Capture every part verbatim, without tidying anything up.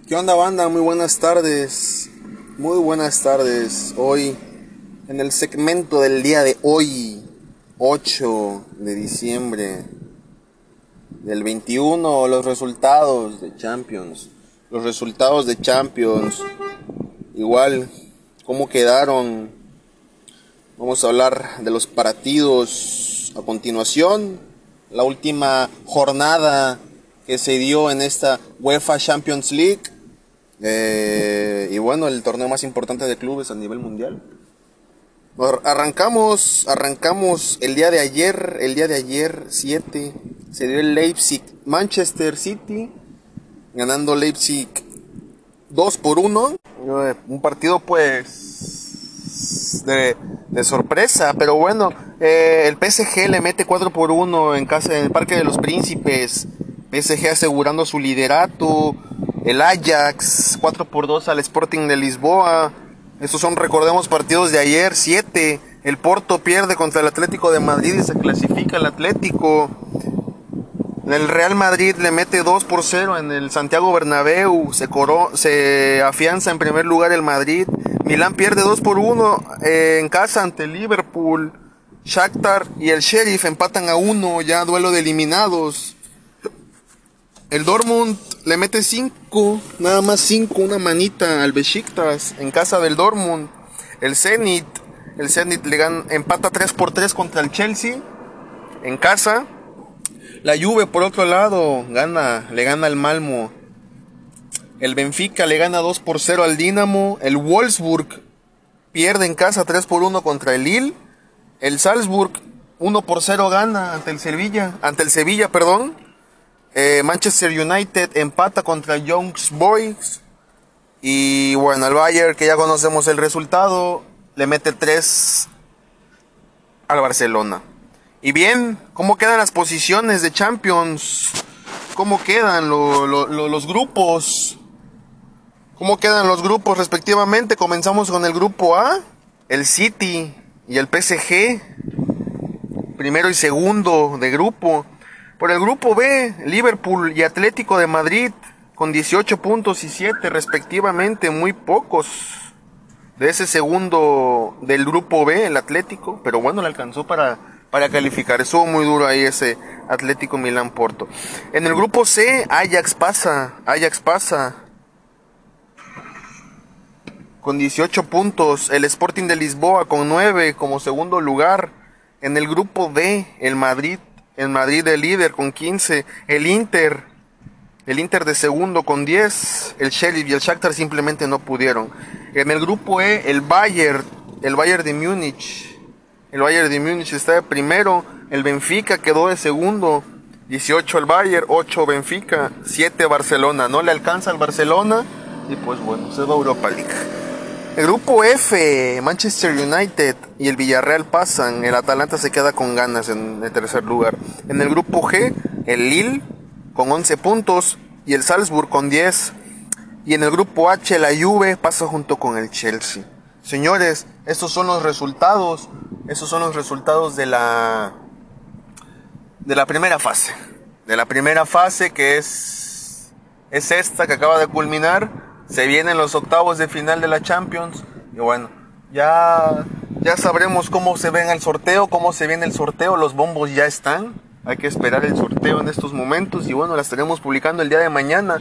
¿Qué onda, banda? Muy buenas tardes. Muy buenas tardes. Hoy, en el segmento del día de hoy, ocho de diciembre del veintiuno, los resultados de Champions. Los resultados de Champions. Igual, cómo quedaron. Vamos a hablar de los partidos a continuación. La última jornada que se dio en esta UEFA Champions League. Eh, y bueno, el torneo más importante de clubes a nivel mundial. Arrancamos, arrancamos el día de ayer, el día de ayer siete, se dio el Leipzig Manchester City, ganando Leipzig dos por uno. Un partido pues de, de sorpresa, pero bueno, eh, el P S G le mete cuatro por uno en casa, en el Parque de los Príncipes. P S G asegurando su liderato. El Ajax cuatro por dos al Sporting de Lisboa. Estos son, recordemos, partidos de ayer. Siete. El Porto pierde contra el Atlético de Madrid y se clasifica el Atlético. El Real Madrid le mete dos por cero en el Santiago Bernabéu. Se, coró, se afianza en primer lugar el Madrid. Milán pierde dos por uno eh, en casa ante el Liverpool. Shakhtar y el Sheriff empatan a uno, ya duelo de eliminados. El Dortmund le mete cinco, nada más cinco, una manita al Besiktas en casa del Dortmund. El Zenit, el Zenit le gana, empata tres por tres contra el Chelsea en casa. La Juve por otro lado gana, le gana al Malmo. El Benfica le gana dos por cero al Dinamo. El Wolfsburg pierde en casa tres por uno contra el Lille. El Salzburg uno por cero gana ante el Sevilla, ante el Sevilla, perdón. Eh, Manchester United empata contra Young Boys. Y bueno, el Bayern, que ya conocemos el resultado, le mete tres al Barcelona. Y bien, ¿cómo quedan las posiciones de Champions? ¿Cómo quedan lo, lo, lo, los grupos? ¿Cómo quedan los grupos respectivamente? Comenzamos con el grupo A, el City y el P S G, primero y segundo de grupo. Por el grupo B, Liverpool y Atlético de Madrid con dieciocho puntos y siete respectivamente, muy pocos de ese segundo del grupo B, el Atlético, pero bueno, le alcanzó para, para calificar. Estuvo muy duro ahí ese Atlético Milán Porto. En el grupo C, Ajax pasa, Ajax pasa con dieciocho puntos, el Sporting de Lisboa con nueve como segundo lugar. En el grupo D, el Madrid El Madrid de líder con quince, el Inter, el Inter de segundo con diez, el Sheriff y el Shakhtar simplemente no pudieron. En el grupo E, el Bayern, el Bayern de Múnich, el Bayern de Múnich está de primero, el Benfica quedó de segundo, dieciocho el Bayern, ocho Benfica, siete Barcelona, no le alcanza al Barcelona y pues bueno, se va a Europa League. El grupo F, Manchester United y el Villarreal pasan. El Atalanta se queda con ganas en el tercer lugar. En el grupo G, el Lille con once puntos y el Salzburg con diez. Y en el grupo H, la Juve pasa junto con el Chelsea. Señores, estos son los resultados. Estos son los resultados de la de la primera fase. De la primera fase, que es es esta que acaba de culminar. Se vienen los octavos de final de la Champions. Y bueno, ya, ya sabremos cómo se ven el sorteo, cómo se viene el sorteo. Los bombos ya están. Hay que esperar el sorteo en estos momentos. Y bueno, la estaremos publicando el día de mañana.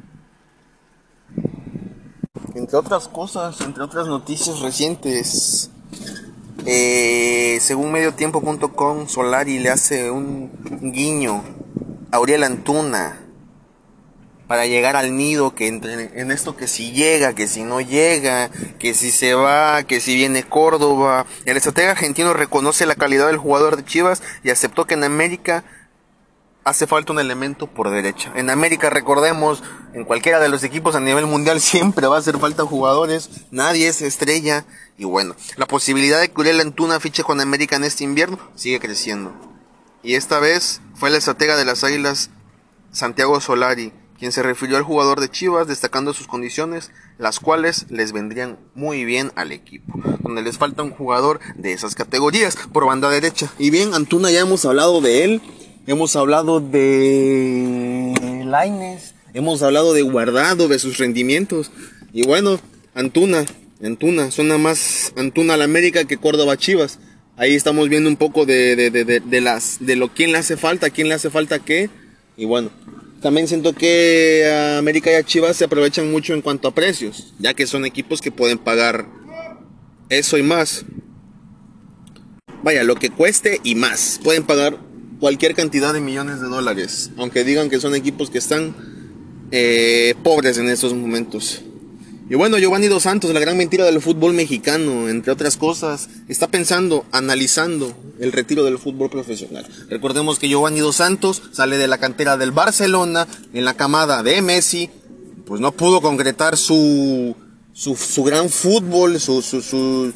Entre otras cosas, entre otras noticias recientes. Eh, según mediotiempo punto com, Solari le hace un guiño a Uriel Antuna para llegar al nido, que entre, en esto que si llega, que si no llega, que si se va, que si viene Córdoba. El estratega argentino reconoce la calidad del jugador de Chivas y aceptó que en América hace falta un elemento por derecha. En América, recordemos, en cualquiera de los equipos a nivel mundial siempre va a hacer falta jugadores, nadie es estrella. Y bueno, la posibilidad de que Uriel Antuna fiche con América en este invierno sigue creciendo. Y esta vez fue el estratega de las Águilas, Santiago Solari, quien se refirió al jugador de Chivas destacando sus condiciones, las cuales les vendrían muy bien al equipo, donde les falta un jugador de esas categorías por banda derecha. Y bien, Antuna ya hemos hablado de él, hemos hablado de Lainez, Hemos hablado de Guardado, de sus rendimientos. Y bueno, Antuna, Antuna, suena más Antuna al América que Córdoba a Chivas. Ahí estamos viendo un poco de, de, de, de, de las de lo quién le hace falta, quién le hace falta qué. Y bueno, también siento que a América y a Chivas se aprovechan mucho en cuanto a precios, ya que son equipos que pueden pagar eso y más. Vaya, lo que cueste y más. Pueden pagar cualquier cantidad de millones de dólares, aunque digan que son equipos que están eh, pobres en estos momentos. Y bueno, Giovanni Dos Santos, la gran mentira del fútbol mexicano, entre otras cosas, está pensando, analizando el retiro del fútbol profesional. Recordemos que Giovanni Dos Santos sale de la cantera del Barcelona, en la camada de Messi, pues no pudo concretar su, su, su gran fútbol, su, su, su,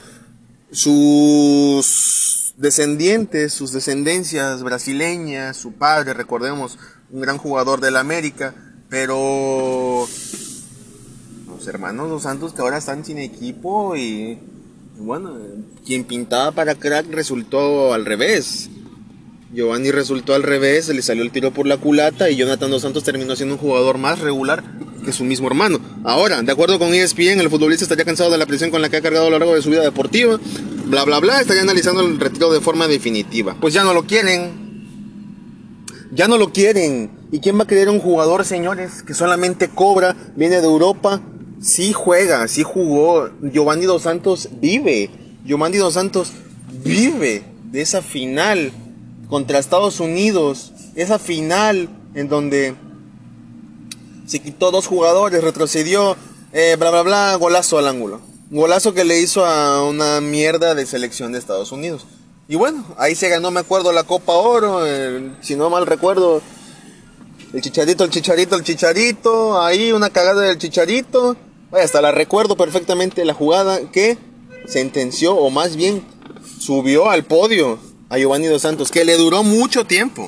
sus descendientes, sus descendencias brasileñas, su padre, recordemos, un gran jugador del América, pero los hermanos Dos Santos que ahora están sin equipo y bueno, quien pintaba para crack resultó al revés. Giovanni resultó al revés, se le salió el tiro por la culata y Jonathan Dos Santos terminó siendo un jugador más regular que su mismo hermano. Ahora, de acuerdo con E S P N, el futbolista estaría cansado de la presión con la que ha cargado a lo largo de su vida deportiva, bla bla bla, estaría analizando el retiro de forma definitiva. Pues ya no lo quieren, ya no lo quieren. ¿Y quién va a querer un jugador, señores, que solamente cobra, viene de Europa? Sí juega, sí jugó. Giovanni Dos Santos vive, Giovanni Dos Santos vive de esa final contra Estados Unidos, esa final en donde se quitó dos jugadores, retrocedió, eh, bla bla bla, golazo al ángulo, golazo que le hizo a una mierda de selección de Estados Unidos. Y bueno, ahí se ganó, me acuerdo, la Copa Oro, eh, si no mal recuerdo, el Chicharito, el Chicharito, el Chicharito, ahí una cagada del Chicharito, vaya, hasta la recuerdo perfectamente, la jugada que sentenció, o más bien subió al podio a Giovanni Dos Santos, que le duró mucho tiempo,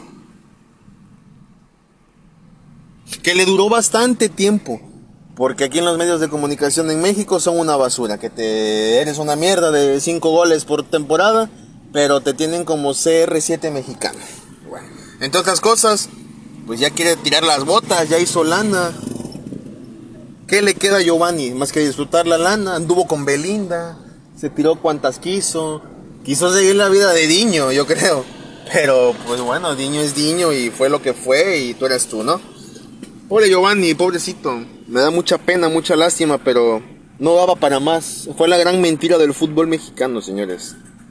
que le duró bastante tiempo, porque aquí en los medios de comunicación en México son una basura, que te eres una mierda de cinco goles por temporada, pero te tienen como C R siete mexicano. Bueno, entre otras cosas, pues ya quiere tirar las botas, ya hizo lana. ¿Qué le queda a Giovanni? Más que disfrutar la lana, anduvo con Belinda, se tiró cuantas quiso, quiso seguir la vida de Diño, yo creo. Pero pues bueno, Diño es Diño y fue lo que fue y tú eres tú, ¿no? Pobre Giovanni, pobrecito, me da mucha pena, mucha lástima, pero no daba para más. Fue la gran mentira del fútbol mexicano, señores.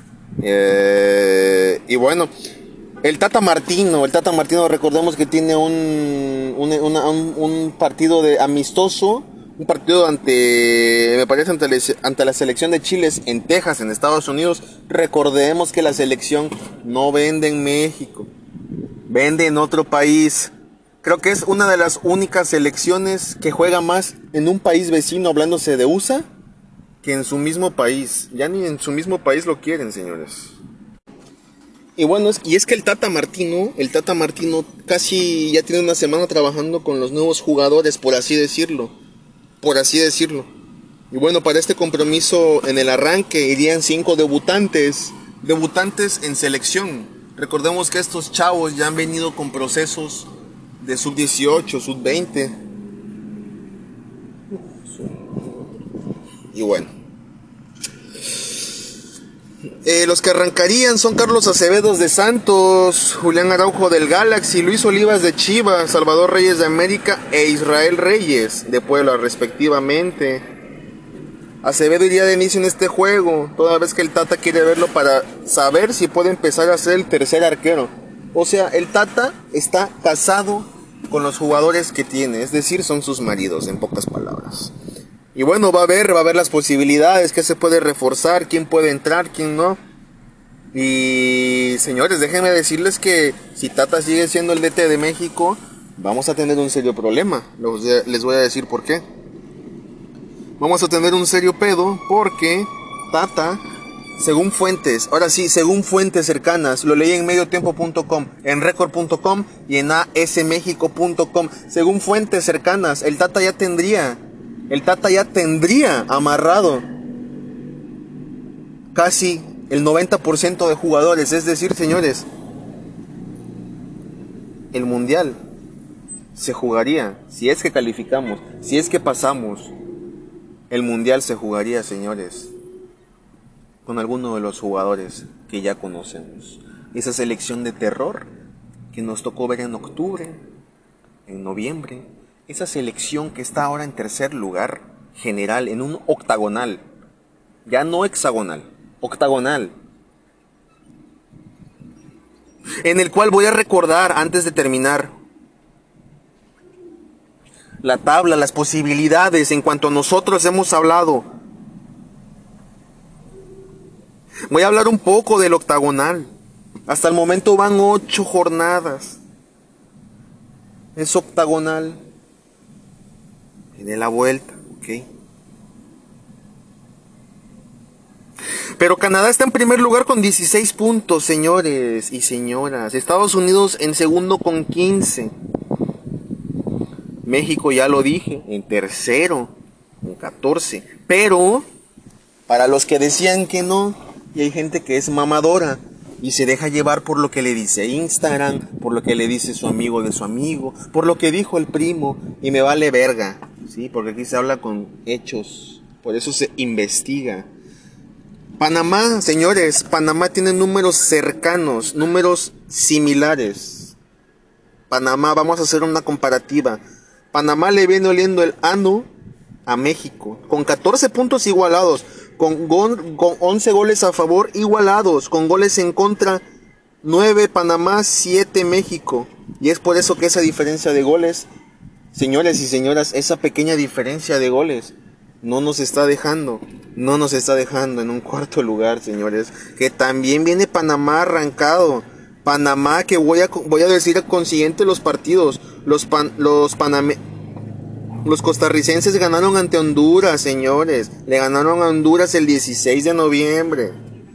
Eh, y bueno, el Tata Martino, el Tata Martino, recordemos que tiene un, un, una, un, un partido de amistoso, un partido ante, me parece, ante la, ante la selección de Chile en Texas, en Estados Unidos. Recordemos que la selección no vende en México, vende en otro país. Creo que es una de las únicas selecciones que juega más en un país vecino, hablándose de U S A, que en su mismo país. Ya ni en su mismo país lo quieren, señores. Y bueno, es, y es que el Tata Martino, el Tata Martino casi ya tiene una semana trabajando con los nuevos jugadores, por así decirlo. Por así decirlo. Y bueno, para este compromiso en el arranque irían cinco debutantes. Debutantes en selección. Recordemos que estos chavos ya han venido con procesos de sub dieciocho, sub veinte. Y bueno. Eh, los que arrancarían son Carlos Acevedo de Santos, Julián Araujo del Galaxy, Luis Olivas de Chivas, Salvador Reyes de América e Israel Reyes de Puebla, respectivamente. Acevedo iría de inicio en este juego, toda vez que el Tata quiere verlo para saber si puede empezar a ser el tercer arquero. O sea, el Tata está casado con los jugadores que tiene, es decir, son sus maridos, en pocas palabras. Y bueno, va a ver, va a ver las posibilidades, qué se puede reforzar, quién puede entrar, quién no. Y señores, déjenme decirles que si Tata sigue siendo el D T de México, vamos a tener un serio problema. Les voy a decir por qué. Vamos a tener un serio pedo porque Tata, según fuentes, ahora sí, según fuentes cercanas, lo leí en mediotiempo punto com, en record punto com y en a s mexico punto com. Según fuentes cercanas, el Tata ya tendría, el Tata ya tendría amarrado casi el noventa por ciento de jugadores, es decir, señores, el mundial. se jugaría, si es que calificamos, si es que pasamos, el mundial se jugaría, señores, con alguno de los jugadores que ya conocemos. Esa selección de terror que nos tocó ver en octubre, en noviembre, esa selección que está ahora en tercer lugar general, en un octagonal, ya no hexagonal, octagonal, en el cual voy a recordar antes de terminar la tabla, las posibilidades en cuanto a nosotros hemos hablado. Voy a hablar un poco del octagonal. Hasta el momento van ocho jornadas. Es octagonal. Tiene la vuelta, ok. Pero Canadá está en primer lugar con dieciséis puntos, señores y señoras. Estados Unidos en segundo con quince. México, ya lo dije, en tercero con catorce. Pero, para los que decían que no, y hay gente que es mamadora y se deja llevar por lo que le dice Instagram, por lo que le dice su amigo de su amigo, por lo que dijo el primo, y me vale verga, ¿sí? Porque aquí se habla con hechos, por eso se investiga. Panamá, señores, Panamá tiene números cercanos, números similares. Panamá, vamos a hacer una comparativa. Panamá le viene oliendo el ano a México, con catorce puntos igualados, con, con, con once goles a favor igualados, con goles en contra, nueve Panamá, siete México. Y es por eso que esa diferencia de goles, señores y señoras, esa pequeña diferencia de goles no nos está dejando, no nos está dejando en un cuarto lugar, señores, que también viene Panamá arrancado. Panamá, que voy a, voy a decir consiguiente los partidos, los, pan, los paname, los costarricenses ganaron ante Honduras, señores, le ganaron a Honduras el dieciséis de noviembre,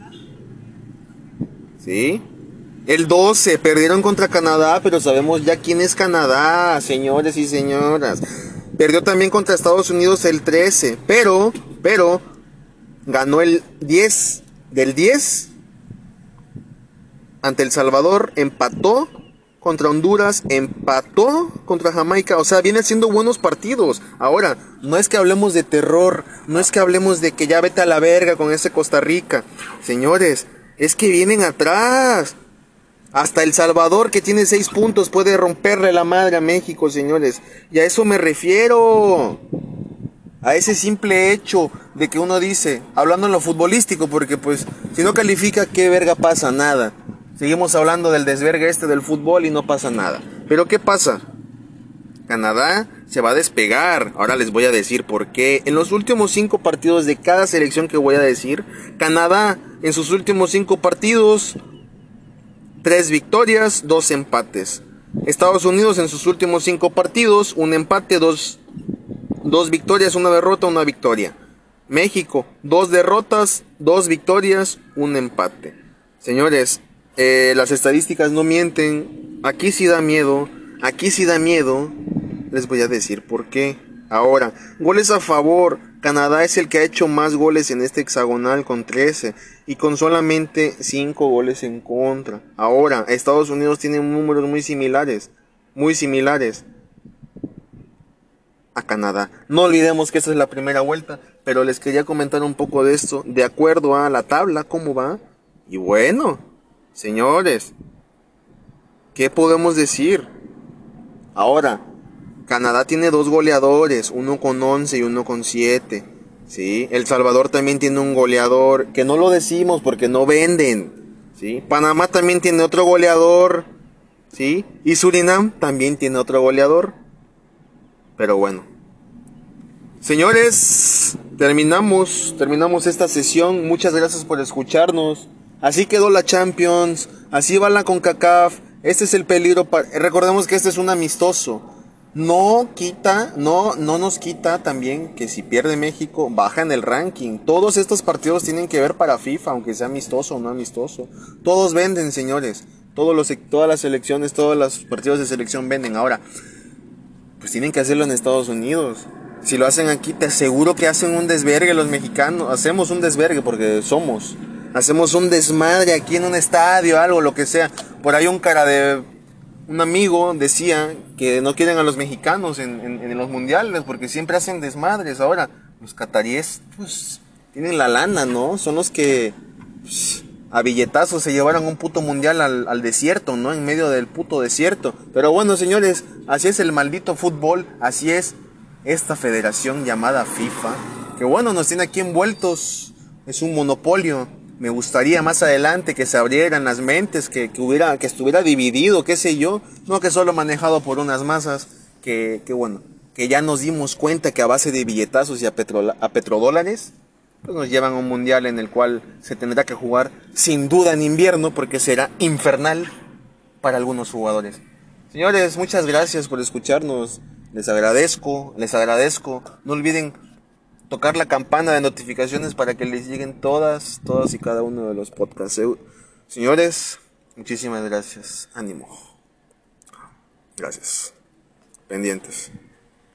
¿sí? El doce perdieron contra Canadá, pero sabemos ya quién es Canadá, señores y señoras. Perdió también contra Estados Unidos el trece, pero, pero, ganó el diez, del diez ante El Salvador, empató contra Honduras, empató contra Jamaica, o sea, viene haciendo buenos partidos. Ahora, no es que hablemos de terror, no es que hablemos de que ya vete a la verga con ese Costa Rica, señores, es que vienen atrás. Hasta El Salvador, que tiene seis puntos, puede romperle la madre a México, señores. Y a eso me refiero. A ese simple hecho de que uno dice, hablando en lo futbolístico, porque pues, si no califica, ¿qué verga pasa? Nada. Seguimos hablando del desvergue este del fútbol y no pasa nada. Pero ¿qué pasa? Canadá se va a despegar. Ahora les voy a decir por qué. En los últimos cinco partidos de cada selección que voy a decir, Canadá en sus últimos cinco partidos, tres victorias, dos empates. Estados Unidos en sus últimos cinco partidos, un empate, dos, dos victorias, una derrota, una victoria. México, dos derrotas, dos victorias, un empate. Señores, eh, las estadísticas no mienten. Aquí sí da miedo, aquí sí da miedo. Les voy a decir por qué. Ahora, goles a favor. Canadá es el que ha hecho más goles en este hexagonal con trece y con solamente cinco goles en contra. Ahora, Estados Unidos tiene números muy similares, muy similares a Canadá. No olvidemos que esta es la primera vuelta, pero les quería comentar un poco de esto, de acuerdo a la tabla, cómo va. Y bueno, señores, ¿qué podemos decir? Ahora, Canadá tiene dos goleadores, uno con once y uno con siete, ¿sí? El Salvador también tiene un goleador, que no lo decimos porque no venden, ¿sí? Panamá también tiene otro goleador, ¿sí? Y Surinam también tiene otro goleador. Pero bueno. Señores, terminamos, terminamos esta sesión. Muchas gracias por escucharnos. Así quedó la Champions, así va la CONCACAF. Este es el peligro. Para... Recordemos que este es un amistoso. No quita, no, no nos quita también que si pierde México, baja en el ranking. Todos estos partidos tienen que ver para FIFA, aunque sea amistoso o no amistoso. Todos venden, señores. Todos los, todas las selecciones, todos los partidos de selección venden. Ahora, pues tienen que hacerlo en Estados Unidos. Si lo hacen aquí, te aseguro que hacen un desvergue los mexicanos. Hacemos un desvergue porque somos. Hacemos un desmadre aquí en un estadio, algo, lo que sea. Por ahí un cara de... un amigo decía que no quieren a los mexicanos en, en, en los mundiales porque siempre hacen desmadres. Ahora, los cataríes, pues, tienen la lana, ¿no? Son los que, pues, a billetazos se llevaron un puto mundial al, al desierto, ¿no? En medio del puto desierto. Pero bueno, señores, así es el maldito fútbol, así es esta federación llamada FIFA, que bueno, nos tiene aquí envueltos, es un monopolio. Me gustaría más adelante que se abrieran las mentes, que, que hubiera, que estuviera dividido, qué sé yo, no que solo manejado por unas masas, que, que bueno, que ya nos dimos cuenta que a base de billetazos y a, petro, a petrodólares, pues nos llevan a un mundial en el cual se tendrá que jugar sin duda en invierno porque será infernal para algunos jugadores. Señores, muchas gracias por escucharnos. Les agradezco, les agradezco. No olviden tocar la campana de notificaciones para que les lleguen todas, todas y cada uno de los podcasts. Señores, muchísimas gracias. Ánimo. Gracias. Pendientes.